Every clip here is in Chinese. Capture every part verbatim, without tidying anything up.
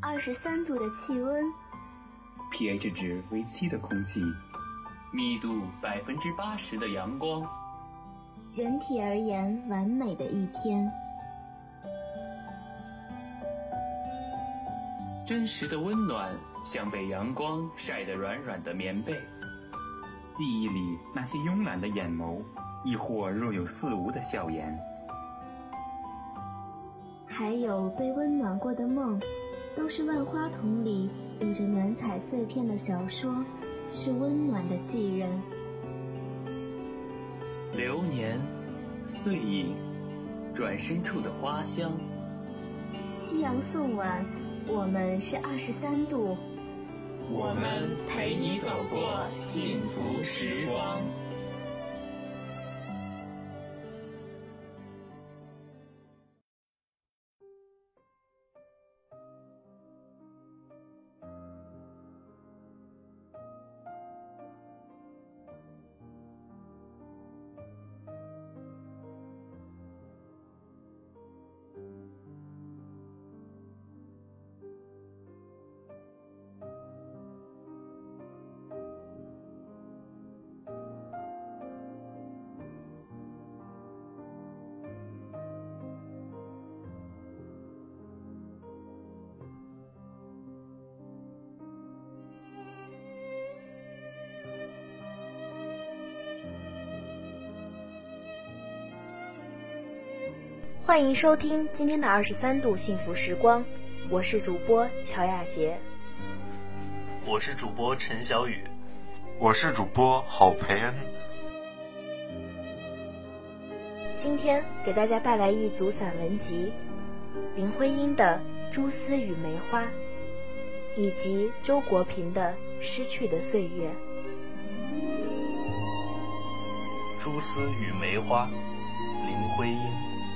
二十三度的气温 ，pH 值为七的空气， 密度百分之八十的阳光， 人体而言完美的一天。 真实的温暖，像被阳光晒得软软的棉被。 记忆里那些慵懒的眼眸，亦或若有似无的笑颜， 还有被温暖过的梦，都是万花筒里有着暖彩碎片的小说，是温暖的寄人。 流年，碎影，转身处的花香。 夕阳送晚，我们是二十三度， 我们陪你走过幸福时光。 欢迎收听今天的二十三度幸福时光，我是主播乔亚杰， 我是主播陈小雨， 我是主播郝培恩。 今天给大家带来一组散文集，林徽因的《蛛丝与梅花》，以及周国平的《失去的岁月》。 蛛丝与梅花，林徽因。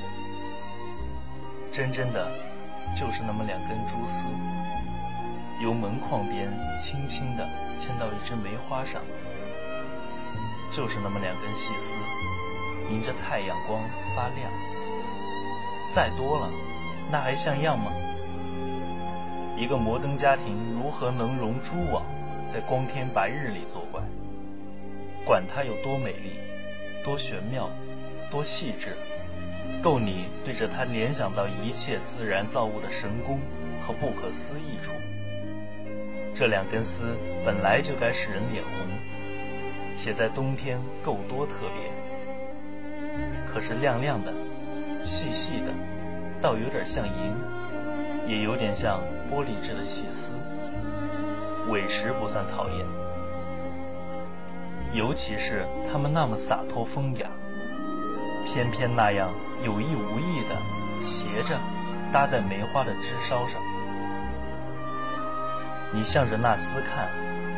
真真的就是那么两根蛛丝，由门框边轻轻地牵到一只梅花上，就是那么两根细丝，迎着太阳光发亮。再多了，那还像样吗？一个摩登家庭如何能容蛛网在光天白日里作怪？管它有多美丽，多玄妙，多细致，够你对着它联想到一切自然造物的神功和不可思议处。这两根丝本来就该使人脸红，且在冬天够多特别。可是亮亮的，细细的，倒有点像银，也有点像玻璃制的细丝，委实不算讨厌。尤其是它们那么洒脱风雅，偏偏那样有意无意地斜着搭在梅花的枝梢上。你向着那丝看，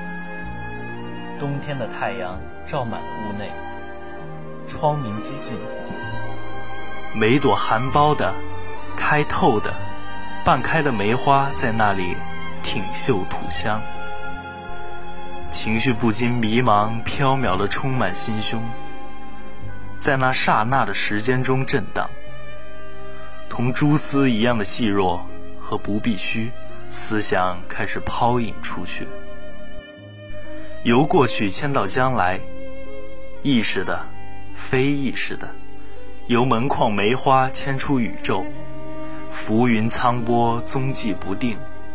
冬天的太阳照满了屋内，窗明几净，每朵含苞的、开透的、半开的梅花在那里挺秀吐香，情绪不禁迷茫缥缈地充满心胸，在那刹那的时间中震荡，同蛛丝一样的细弱和不必须，思想开始抛引出去，由过去迁到将来，意识的非意识的，由门框梅花牵出宇宙，浮云苍波踪迹不定。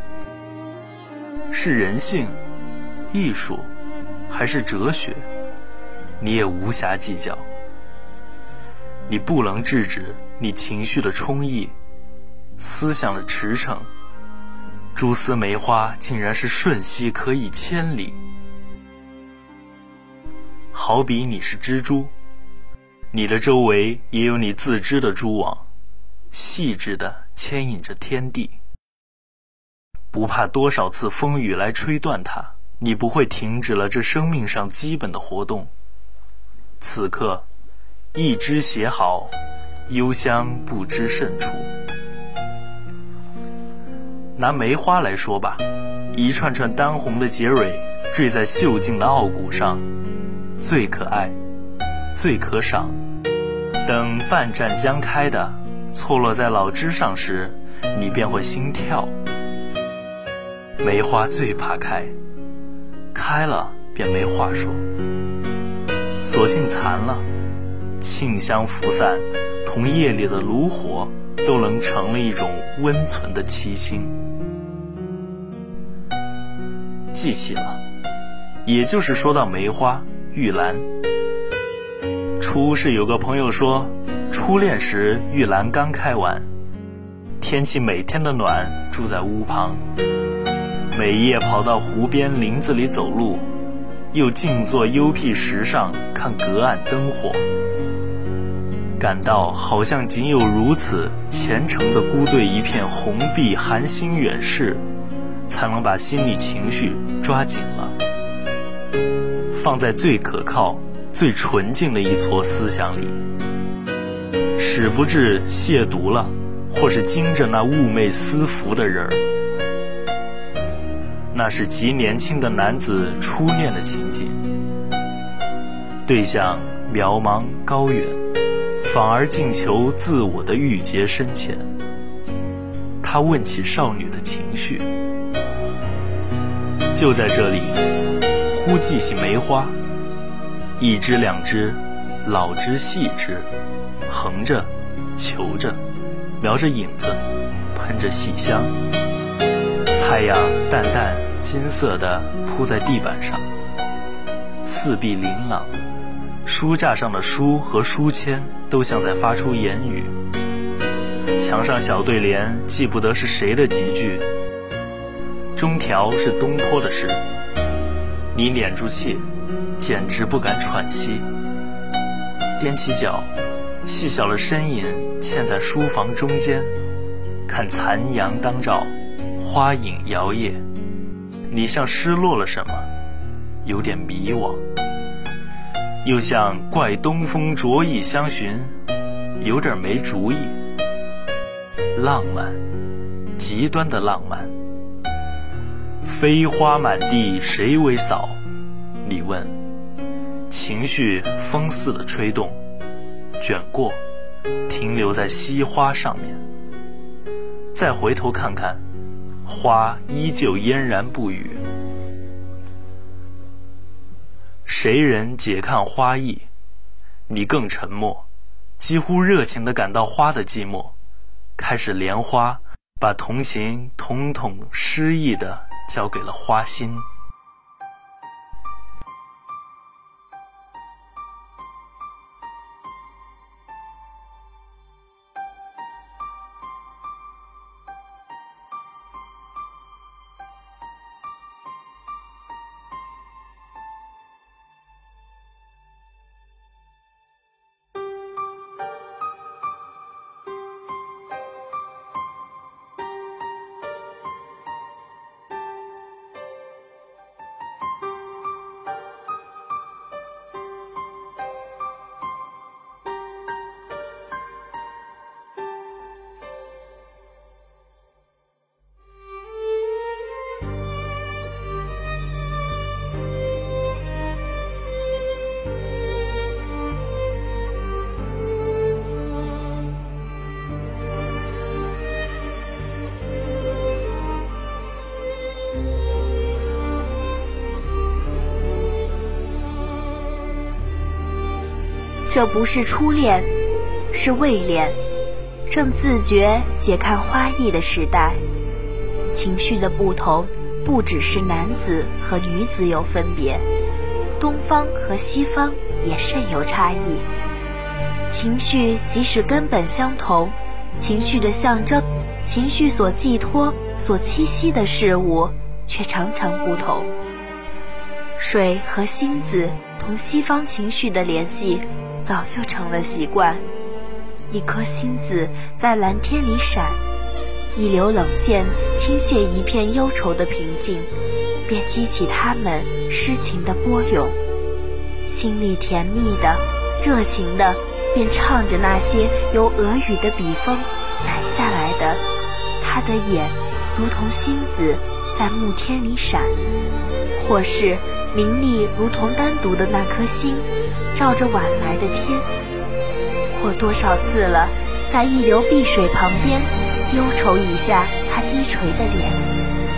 是人性、艺术还是哲学，你也无暇计较。你不能制止你情绪的冲溢，思想的驰骋，蛛丝梅花竟然是瞬息可以千里。好比你是蜘蛛，你的周围也有你自知的蛛网，细致地牵引着天地。不怕多少次风雨来吹断它，你不会停止了这生命上基本的活动。此刻一枝写好，幽香不知甚处。拿梅花来说吧，一串串丹红的节蕊缀在秀净的傲骨上，最可爱，最可赏。等半绽将开的错落在老枝上时，你便会心跳。 梅花最怕开，开了便没话说，索性残了，沁香拂散，同夜里的炉火都能成了一种温存的七星。记起了，也就是说到梅花、玉兰。初是有个朋友说，初恋时玉兰刚开完，天气每天的暖，住在屋旁，每夜跑到湖边林子里走路，又静坐幽僻石上看隔岸灯火，感到好像仅有如此虔诚地估对一片红碧寒星远视，才能把心理情绪抓紧了，放在最可靠最纯净的一撮思想里，使不至亵渎了或是惊着那寤寐思服的人儿。那是极年轻的男子初恋的情景，对象渺茫高远，反而尽求自我的郁结深浅。他问起少女的情绪，就在这里忽记起梅花，一枝两枝，老枝细枝，横着求着，描着影子，喷着细香。太阳淡淡金色地铺在地板上，四壁琳琅，书架上的书和书签都像在发出言语，墙上小对联记不得是谁的几句，中条是东坡的诗，你敛住气，简直不敢喘息。踮起脚，细小的身影嵌在书房中间，看残阳当照，花影摇曳，你像失落了什么，有点迷惘，又像怪东风着意相寻，有点没主意。浪漫，极端的浪漫。飞花满地谁为扫？你问。情绪风似的吹动，卷过，停留在惜花上面。再回头看看，花依旧嫣然不语。谁人解看花意？你更沉默，几乎热情地感到花的寂寞，开始怜花，把同情统统失意地交给了花心。 这不是初恋，是未恋，正自觉解看花意的时代。情绪的不同，不只是男子和女子有分别，东方和西方也甚有差异。情绪即使根本相同，情绪的象征，情绪所寄托、所栖息的事物，却常常不同。水和星子同西方情绪的联系早就成了习惯，一颗星子在蓝天里闪，一流冷箭倾泻一片忧愁的平静，便激起他们诗情的波涌，心里甜蜜的、热情的，便唱着那些由俄语的笔锋散下来的。他的眼如同星子在暮天里闪，或是明丽如同单独的那颗星照着晚来的天，或多少次了，在一流碧水旁边，忧愁一下他低垂的脸，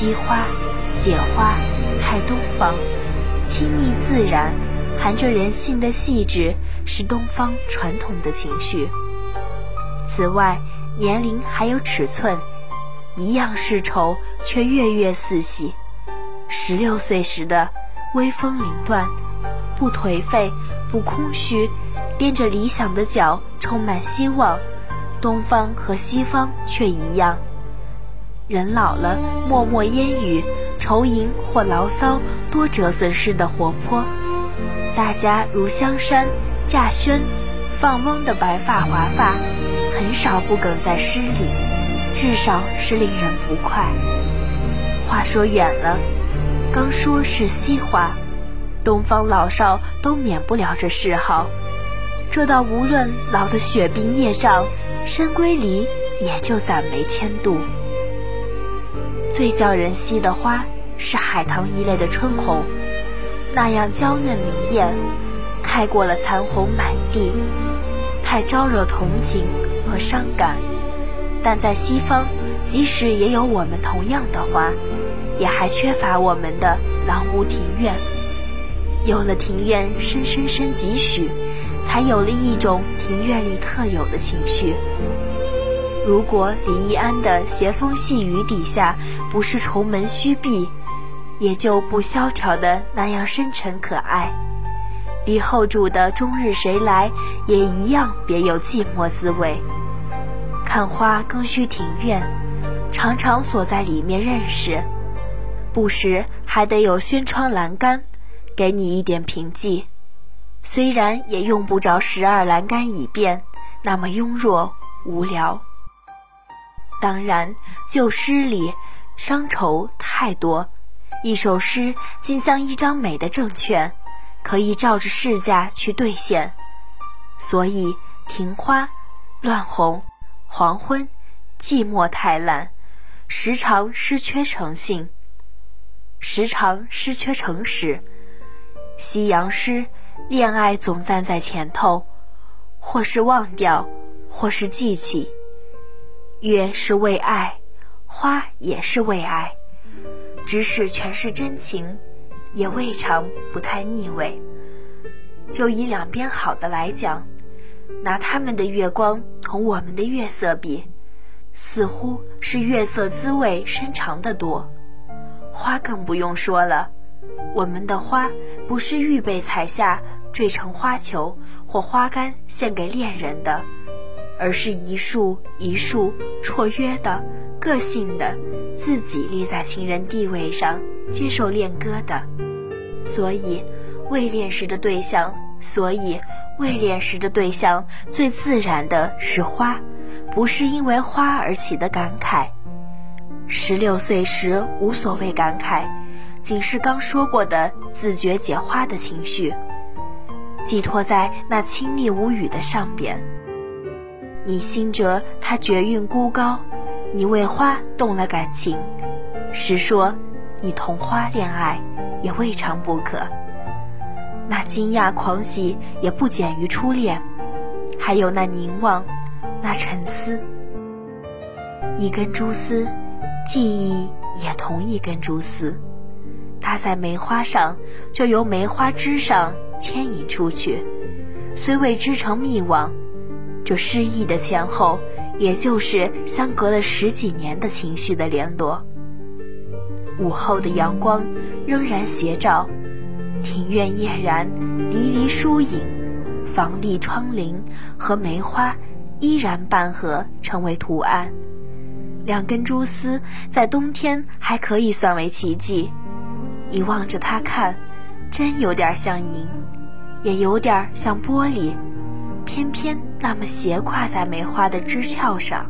惜花、解花、太东方，亲密自然，含着人性的细致，是东方传统的情绪。此外，年龄还有尺寸，一样是愁，却月月似喜。十六岁时的威风凌乱，不颓废，不空虚，踮着理想的脚，充满希望。东方和西方却一样，人老了，默默烟雨，愁吟或牢骚，多折损似的活泼。大家如香山、稼轩，放翁的白发华发，很少不梗在诗里，至少是令人不快。话说远了，刚说是西花，东方老少都免不了这嗜好。这倒无论老的雪冰叶上，深闺里也就攒没千度。最叫人惜的花是海棠一类的春红，那样娇嫩明艳，开过了残红满地，太招惹同情和伤感。但在西方，即使也有我们同样的花，也还缺乏我们的郎屋庭院。有了庭院深深深几许，才有了一种庭院里特有的情绪。如果李易安的斜风细雨底下不是重门虚闭，也就不萧条的那样深沉可爱。李后主的终日谁来，也一样别有寂寞滋味。看花更需庭院，常常锁在里面认识，不时还得有轩窗栏杆，给你一点平静。虽然也用不着十二栏杆以便，那么庸弱无聊。当然，旧诗里伤愁太多，一首诗竟像一张美的证券，可以照着市价去兑现。所以庭花、乱红、黄昏、寂寞太烂，时常失缺诚信，时常失缺诚实。西洋诗恋爱总站在前头，或是忘掉，或是记起。月是为爱，花也是为爱，即使全是真情，也未尝不太腻味。就以两边好的来讲，拿他们的月光同我们的月色比，似乎是月色滋味深长得多。花更不用说了，我们的花不是预备采下缀成花球或花杆献给恋人的，而是一束一束绰约的、个性的，自己立在情人地位上接受恋歌的。所以未恋时的对象所以未恋时的对象最自然的是花，不是因为花而起的感慨。十六岁时无所谓感慨，仅是刚说过的自觉解花的情绪，寄托在那亲密无语的上边。你心着他绝韵孤高，你为花动了感情，实说你同花恋爱也未尝不可。那惊讶狂喜也不减于初恋，还有那凝望，那沉思。一根蛛丝，记忆也同一根蛛丝，搭在梅花上，就由梅花枝上牵引出去，虽未织成密网，这诗意的前后，也就是相隔了十几年的情绪的联络。午后的阳光仍然斜照，庭院俨然离离疏影，房立窗棂和梅花依然半合成为图案。两根蛛丝在冬天还可以算为奇迹，一望着它看，真有点像银，也有点像玻璃，偏偏那么斜挂在梅花的枝鞘上。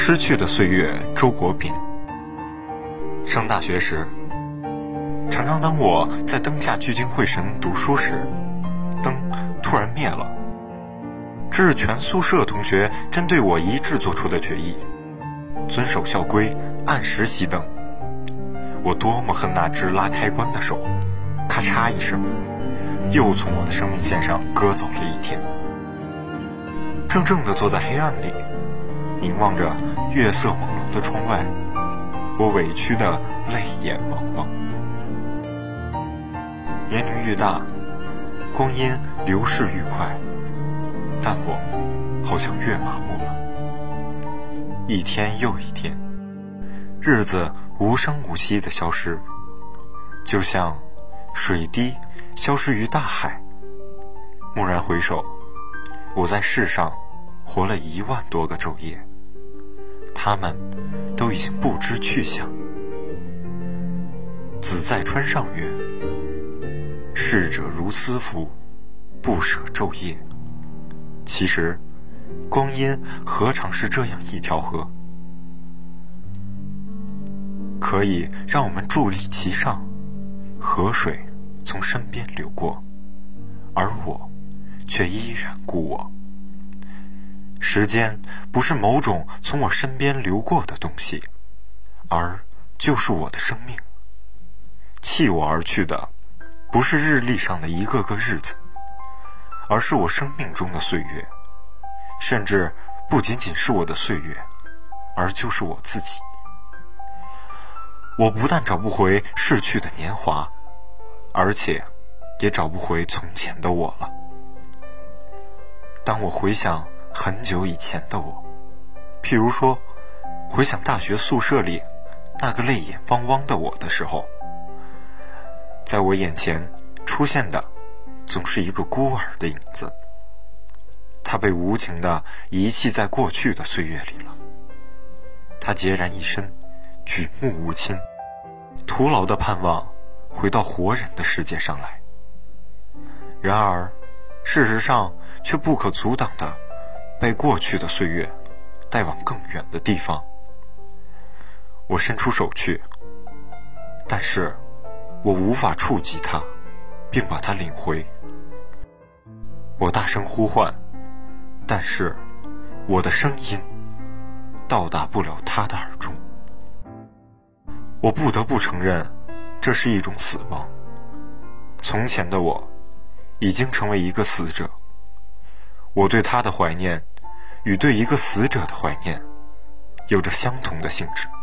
失去的岁月周国斌。上大学时，常常当我在灯下聚精会神读书时，灯突然灭了。这是全宿舍同学针对我一致做出的决议，遵守校规，按时熄灯。我多么恨那只拉开关的手，咔嚓一声，又从我的生命线上割走了一天。怔怔地坐在黑暗里，凝望着月色朦胧的窗外，我委屈的泪眼汪汪。年龄愈大，光阴流逝愈快，但我好像越麻木了。一天又一天，日子无声无息地消失，就像水滴消失于大海。蓦然回首，我在世上活了一万多个昼夜，他们都已经不知去向。子在川上曰：逝者如斯夫，不舍昼夜。其实光阴何尝是这样一条河，可以让我们伫立其上，河水从身边流过，而我却依然故我。时间不是某种从我身边流过的东西，而就是我的生命。弃我而去的不是日历上的一个个日子，而是我生命中的岁月，甚至不仅仅是我的岁月，而就是我自己。我不但找不回逝去的年华，而且也找不回从前的我了。当我回想很久以前的我，譬如说回想大学宿舍里那个泪眼汪汪的我的时候，在我眼前出现的总是一个孤儿的影子，他被无情地遗弃在过去的岁月里了。他孑然一身，举目无亲，徒劳地盼望回到活人的世界上来。然而事实上却不可阻挡地被过去的岁月带往更远的地方。我伸出手去，但是我无法触及它，并把它领回。我大声呼唤，但是我的声音到达不了他的耳中。我不得不承认，这是一种死亡。从前的我已经成为一个死者，我对他的怀念与对一个死者的怀念有着相同的性质。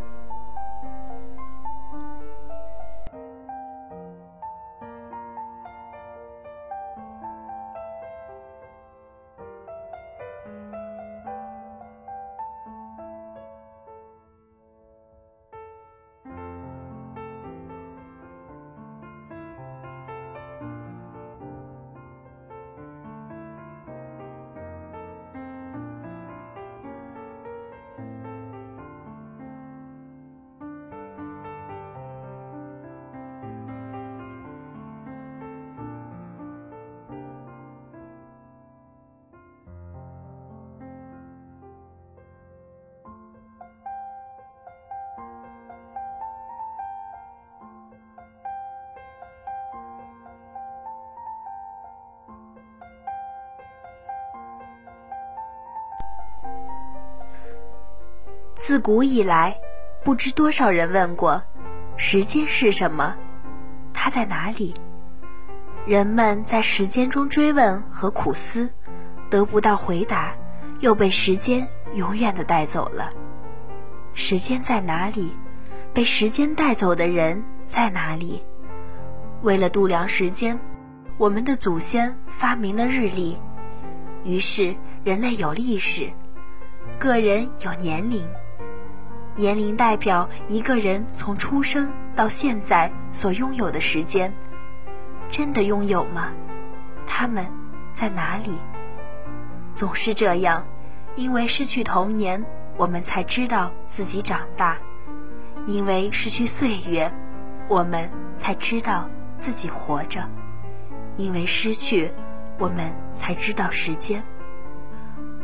自古以来，不知多少人问过，时间是什么？它在哪里？人们在时间中追问和苦思，得不到回答，又被时间永远地带走了。时间在哪里？被时间带走的人在哪里？为了度量时间，我们的祖先发明了日历，于是人类有历史，个人有年龄。年龄代表一个人从出生到现在所拥有的时间，真的拥有吗？他们在哪里？总是这样，因为失去童年，我们才知道自己长大；因为失去岁月，我们才知道自己活着；因为失去，我们才知道时间。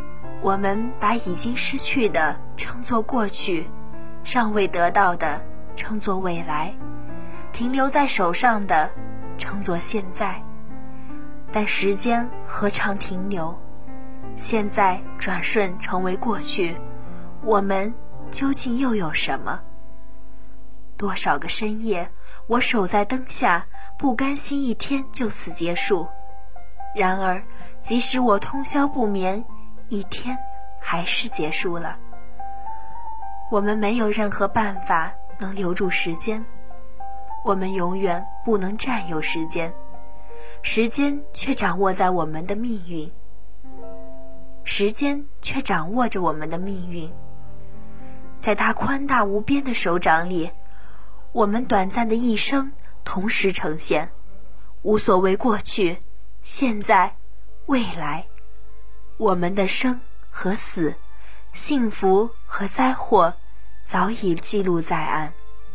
我们把已经失去的称作过去，尚未得到的称作未来，停留在手上的称作现在。但时间何尝停留？现在转瞬成为过去，我们究竟又有什么？多少个深夜，我守在灯下，不甘心一天就此结束。然而，即使我通宵不眠，一天还是结束了。我们没有任何办法能留住时间，我们永远不能占有时间，时间却掌握在我们的命运。时间却掌握着我们的命运，在他宽大无边的手掌里，我们短暂的一生同时呈现，无所谓过去、现在、未来。我们的生和死，幸福和灾祸，早已记录在案。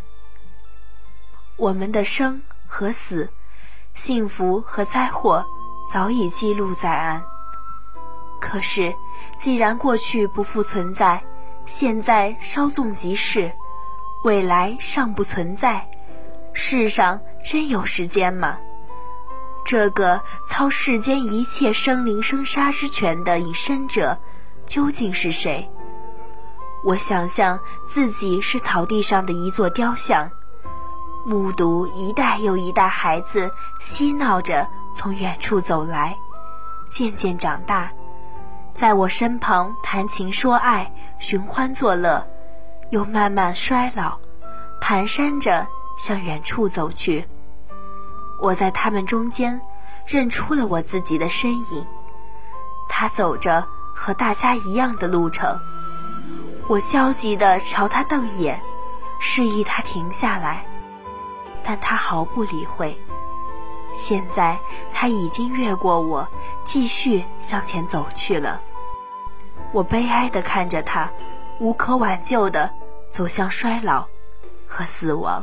我们的生和死，幸福和灾祸，早已记录在案。可是，既然过去不复存在，现在稍纵即逝，未来尚不存在，世上真有时间吗？这个操世间一切生灵生杀之权的隐身者，究竟是谁？我想象自己是草地上的一座雕像，目睹一代又一代孩子嬉闹着从远处走来，渐渐长大，在我身旁谈情说爱，寻欢作乐，又慢慢衰老，蹒跚着向远处走去。我在他们中间认出了我自己的身影，他走着和大家一样的路程。我焦急地朝他瞪眼，示意他停下来，但他毫不理会。现在他已经越过我，继续向前走去了。我悲哀地看着他，无可挽救地走向衰老和死亡。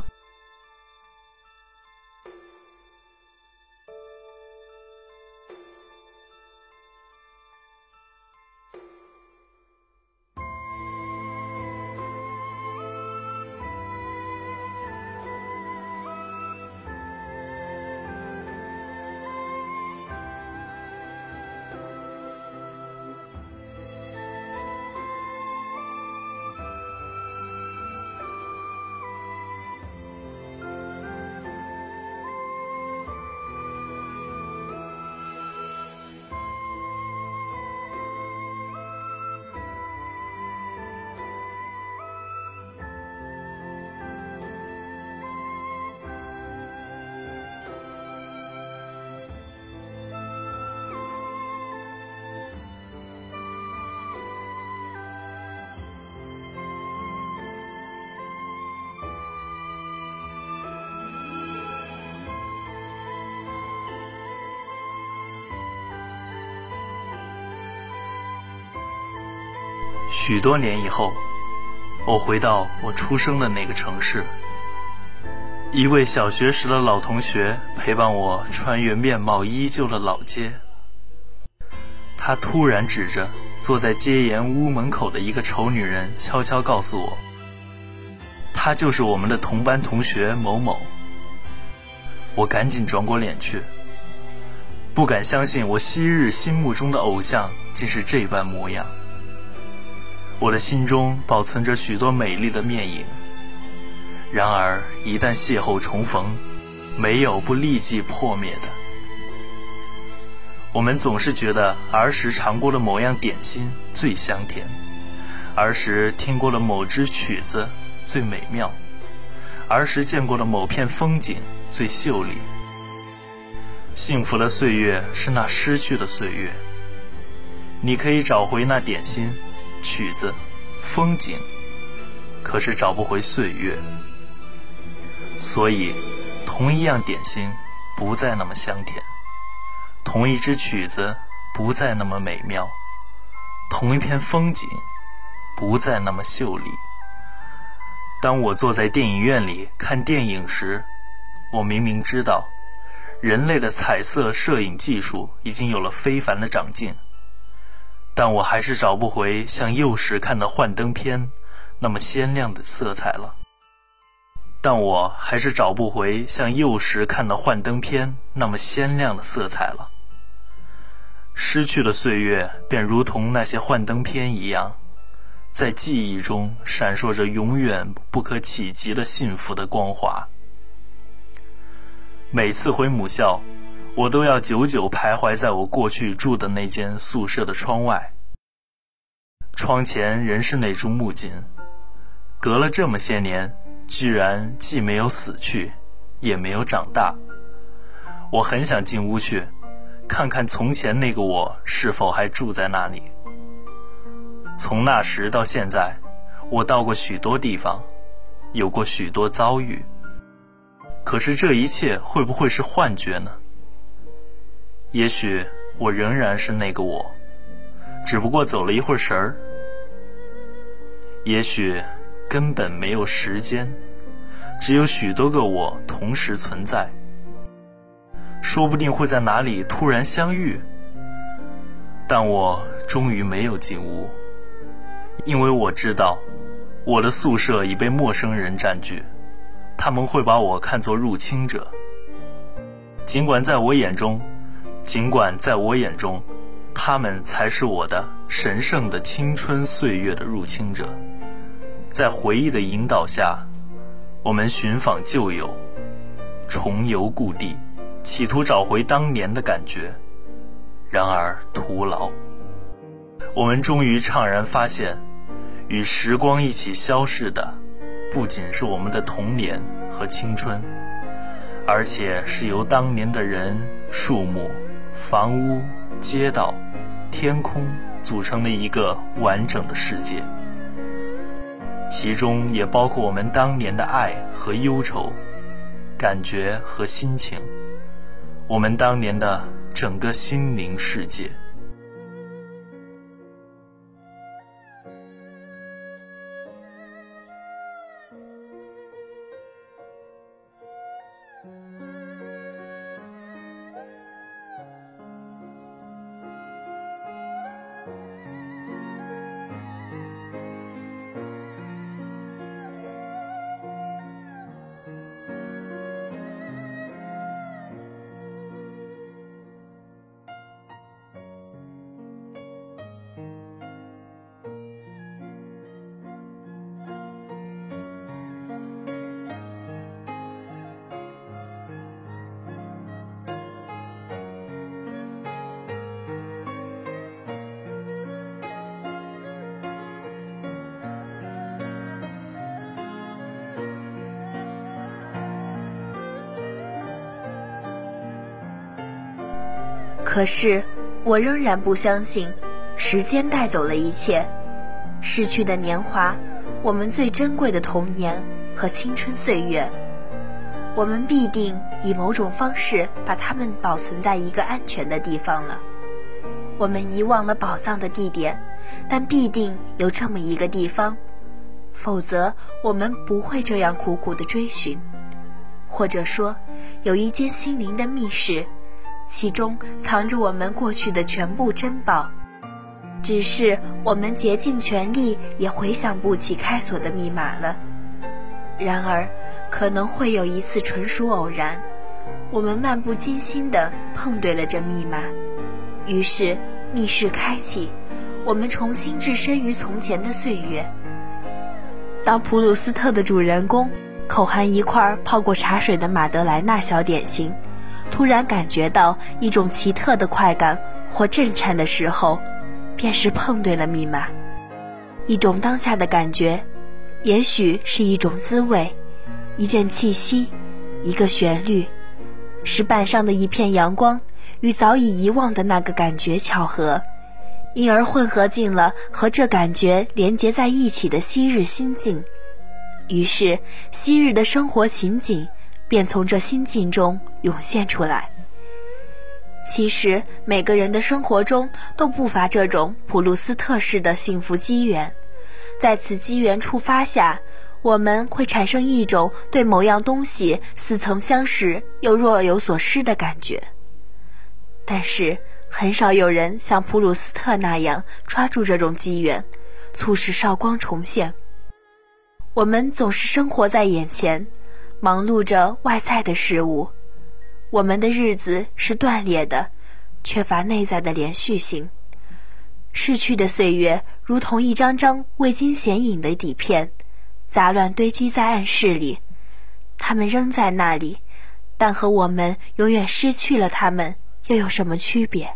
许多年以后，我回到我出生的那个城市，一位小学时的老同学陪伴我穿越面貌依旧的老街。他突然指着坐在街沿屋门口的一个丑女人，悄悄告诉我，她就是我们的同班同学某某。我赶紧转过脸去，不敢相信我昔日心目中的偶像竟是这般模样。我的心中保存着许多美丽的面影，然而一旦邂逅重逢，没有不立即破灭的。我们总是觉得儿时尝过的某样点心最香甜，儿时听过的某支曲子最美妙，儿时见过的某片风景最秀丽。幸福的岁月是那失去的岁月，你可以找回那点心、曲子、风景，可是找不回岁月。所以同一样点心不再那么香甜，同一支曲子不再那么美妙，同一片风景不再那么秀丽。当我坐在电影院里看电影时，我明明知道人类的彩色摄影技术已经有了非凡的长进， 但我还是找不回像幼时看的幻灯片那么鲜亮的色彩了。但我还是找不回像幼时看的幻灯片那么鲜亮的色彩了。失去了岁月，便如同那些幻灯片一样，在记忆中闪烁着永远不可企及的幸福的光华。每次回母校，我都要久久徘徊在我过去住的那间宿舍的窗外。窗前仍是那株木槿，隔了这么些年，居然既没有死去，也没有长大。我很想进屋去，看看从前那个我是否还住在那里。从那时到现在，我到过许多地方，有过许多遭遇。可是这一切会不会是幻觉呢？也许我仍然是那个我，只不过走了一会儿神儿。也许根本没有时间，只有许多个我同时存在，说不定会在哪里突然相遇。但我终于没有进屋，因为我知道我的宿舍已被陌生人占据，他们会把我看作入侵者。尽管在我眼中尽管在我眼中他们才是我的神圣的青春岁月的入侵者。在回忆的引导下，我们寻访旧友，重游故地，企图找回当年的感觉，然而徒劳。我们终于怅然发现，与时光一起消逝的不仅是我们的童年和青春，而且是由当年的人、树木、房屋、街道、天空组成了一个完整的世界，其中也包括我们当年的爱和忧愁，感觉和心情，我们当年的整个心灵世界。 可是我仍然不相信时间带走了一切，逝去的年华，我们最珍贵的童年和青春岁月，我们必定以某种方式把它们保存在一个安全的地方了。我们遗忘了宝藏的地点，但必定有这么一个地方，否则我们不会这样苦苦地追寻。或者说，有一间心灵的密室，其中藏着我们过去的全部珍宝，只是我们竭尽全力也回想不起开锁的密码了。然而可能会有一次纯属偶然，我们漫不经心地碰对了这密码，于是密室开启，我们重新置身于从前的岁月。当普鲁斯特的主人公口含一块泡过茶水的马德莱纳小点心，突然感觉到一种奇特的快感或震颤的时候，便是碰对了密码。一种当下的感觉，也许是一种滋味，一阵气息，一个旋律，石板上的一片阳光与早已遗忘的那个感觉巧合，因而混合进了和这感觉连结在一起的昔日心境。于是昔日的生活情景便从这心境中涌现出来。其实每个人的生活中都不乏这种普鲁斯特式的幸福机缘，在此机缘触发下，我们会产生一种对某样东西似曾相识又若有所失的感觉。但是很少有人像普鲁斯特那样抓住这种机缘，促使韶光重现。我们总是生活在眼前，忙碌着外在的事物，我们的日子是断裂的，缺乏内在的连续性。逝去的岁月如同一张张未经显影的底片，杂乱堆积在暗室里，它们仍在那里，但和我们永远失去了它们又有什么区别？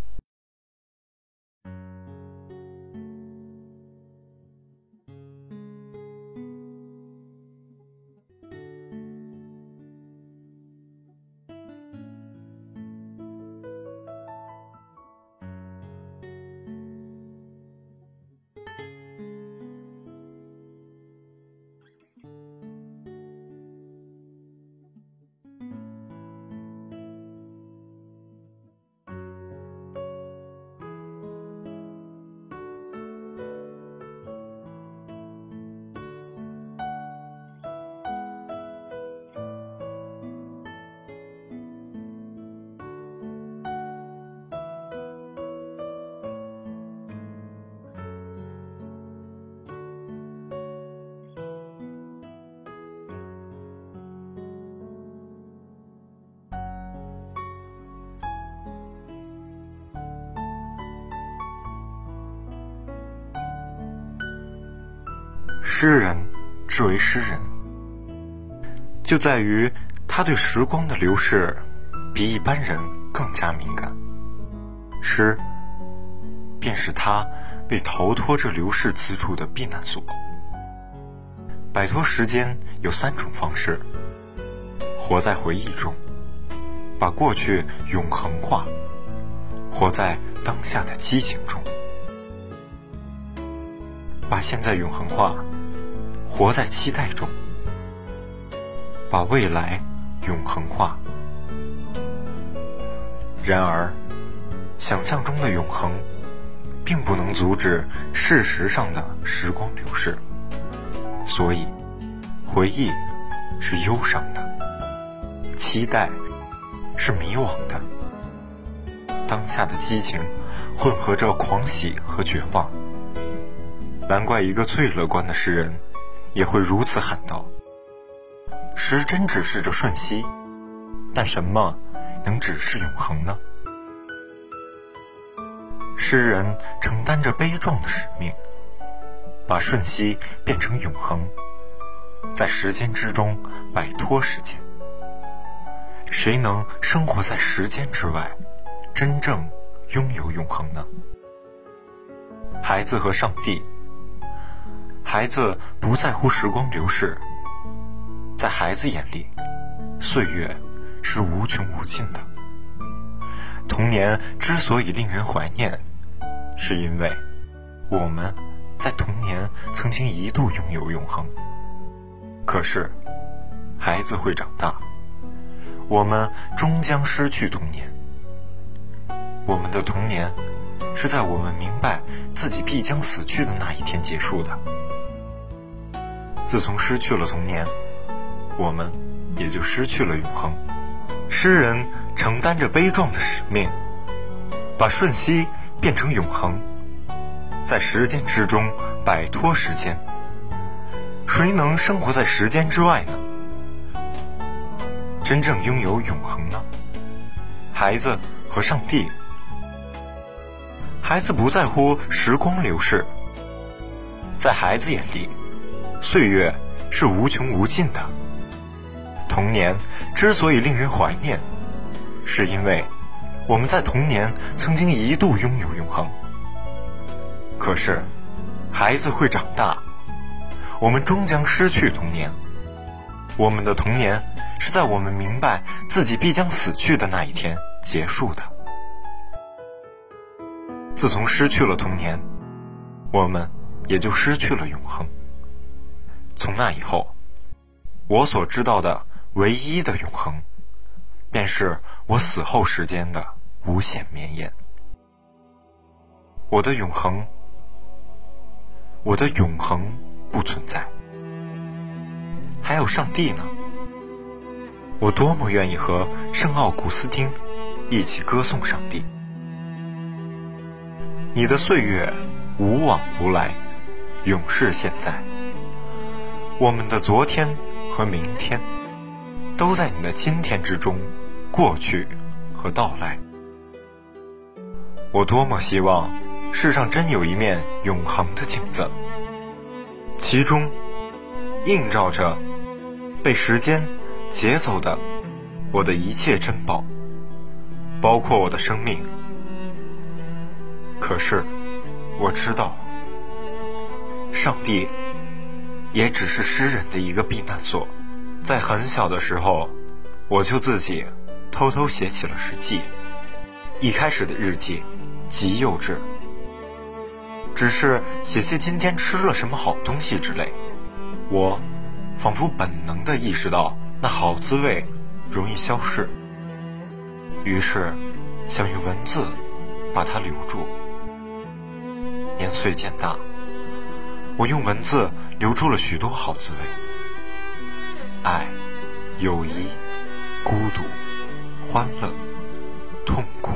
诗人之为诗人，就在于他对时光的流逝比一般人更加敏感。诗便是他为逃脱这流逝此处的避难所。摆脱时间有三种方式：活在回忆中，把过去永恒化；活在当下的激情中，把现在永恒化；活在期待中，把未来永恒化。然而，想象中的永恒并不能阻止事实上的时光流逝，所以回忆是忧伤的，期待是迷惘的，当下的激情混合着狂喜和绝望。难怪一个最乐观的诗人也会如此喊道：时针指示着瞬息，但什么能指示永恒呢？诗人承担着悲壮的使命，把瞬息变成永恒，在时间之中摆脱时间。谁能生活在时间之外，真正拥有永恒呢？孩子和上帝。孩子不在乎时光流逝，在孩子眼里，岁月是无穷无尽的。童年之所以令人怀念，是因为我们在童年曾经一度拥有永恒。可是孩子会长大，我们终将失去童年。我们的童年是在我们明白自己必将死去的那一天结束的。自从失去了童年，我们也就失去了永恒。诗人承担着悲壮的使命，把瞬息变成永恒，在时间之中摆脱时间。谁能生活在时间之外呢？真正拥有永恒呢？孩子和上帝。孩子不在乎时光流逝，在孩子眼里，岁月是无穷无尽的。童年之所以令人怀念，是因为我们在童年曾经一度拥有永恒。可是孩子会长大，我们终将失去童年。我们的童年是在我们明白自己必将死去的那一天结束的。自从失去了童年，我们也就失去了永恒。从那以后，我所知道的唯一的永恒，便是我死后时间的无限绵延。我的永恒，我的永恒不存在。还有上帝呢？我多么愿意和圣奥古斯丁一起歌颂上帝。 你的岁月无往无来，永是现在。我们的昨天和明天都在你的今天之中过去和到来。我多么希望世上真有一面永恒的镜子，其中映照着被时间劫走的我的一切珍宝，包括我的生命。可是我知道，上帝也只是诗人的一个避难所。在很小的时候，我就自己偷偷写起了日记。一开始的日记极幼稚，只是写些今天吃了什么好东西之类。我仿佛本能地意识到那好滋味容易消逝，于是想用文字把它留住。年岁渐大，我用文字留住了许多好滋味：爱、友谊、孤独、欢乐、痛苦。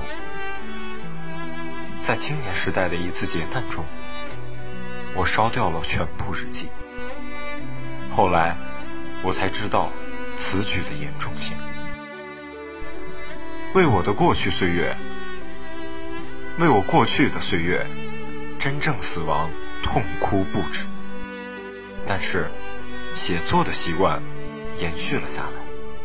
在青年时代的一次劫难中，我烧掉了全部日记。后来我才知道此举的严重性。为我的过去岁月，为我过去的岁月真正死亡痛哭不止，但是写作的习惯延续了下来。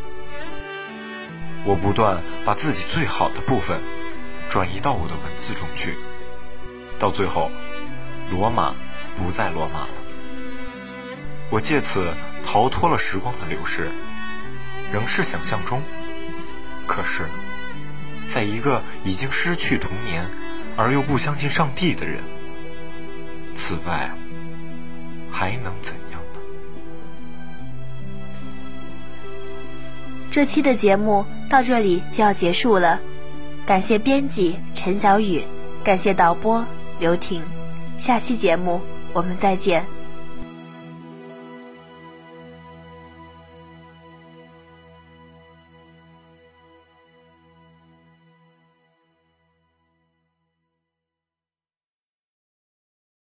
我不断把自己最好的部分转移到我的文字中去，到最后罗马不再罗马了。我借此逃脱了时光的流逝，仍是想象中，可是在一个已经失去童年而又不相信上帝的人，此外还能怎样呢？ 这期的节目到这里就要结束了，感谢编辑陈小雨，感谢导播刘婷，下期节目我们再见。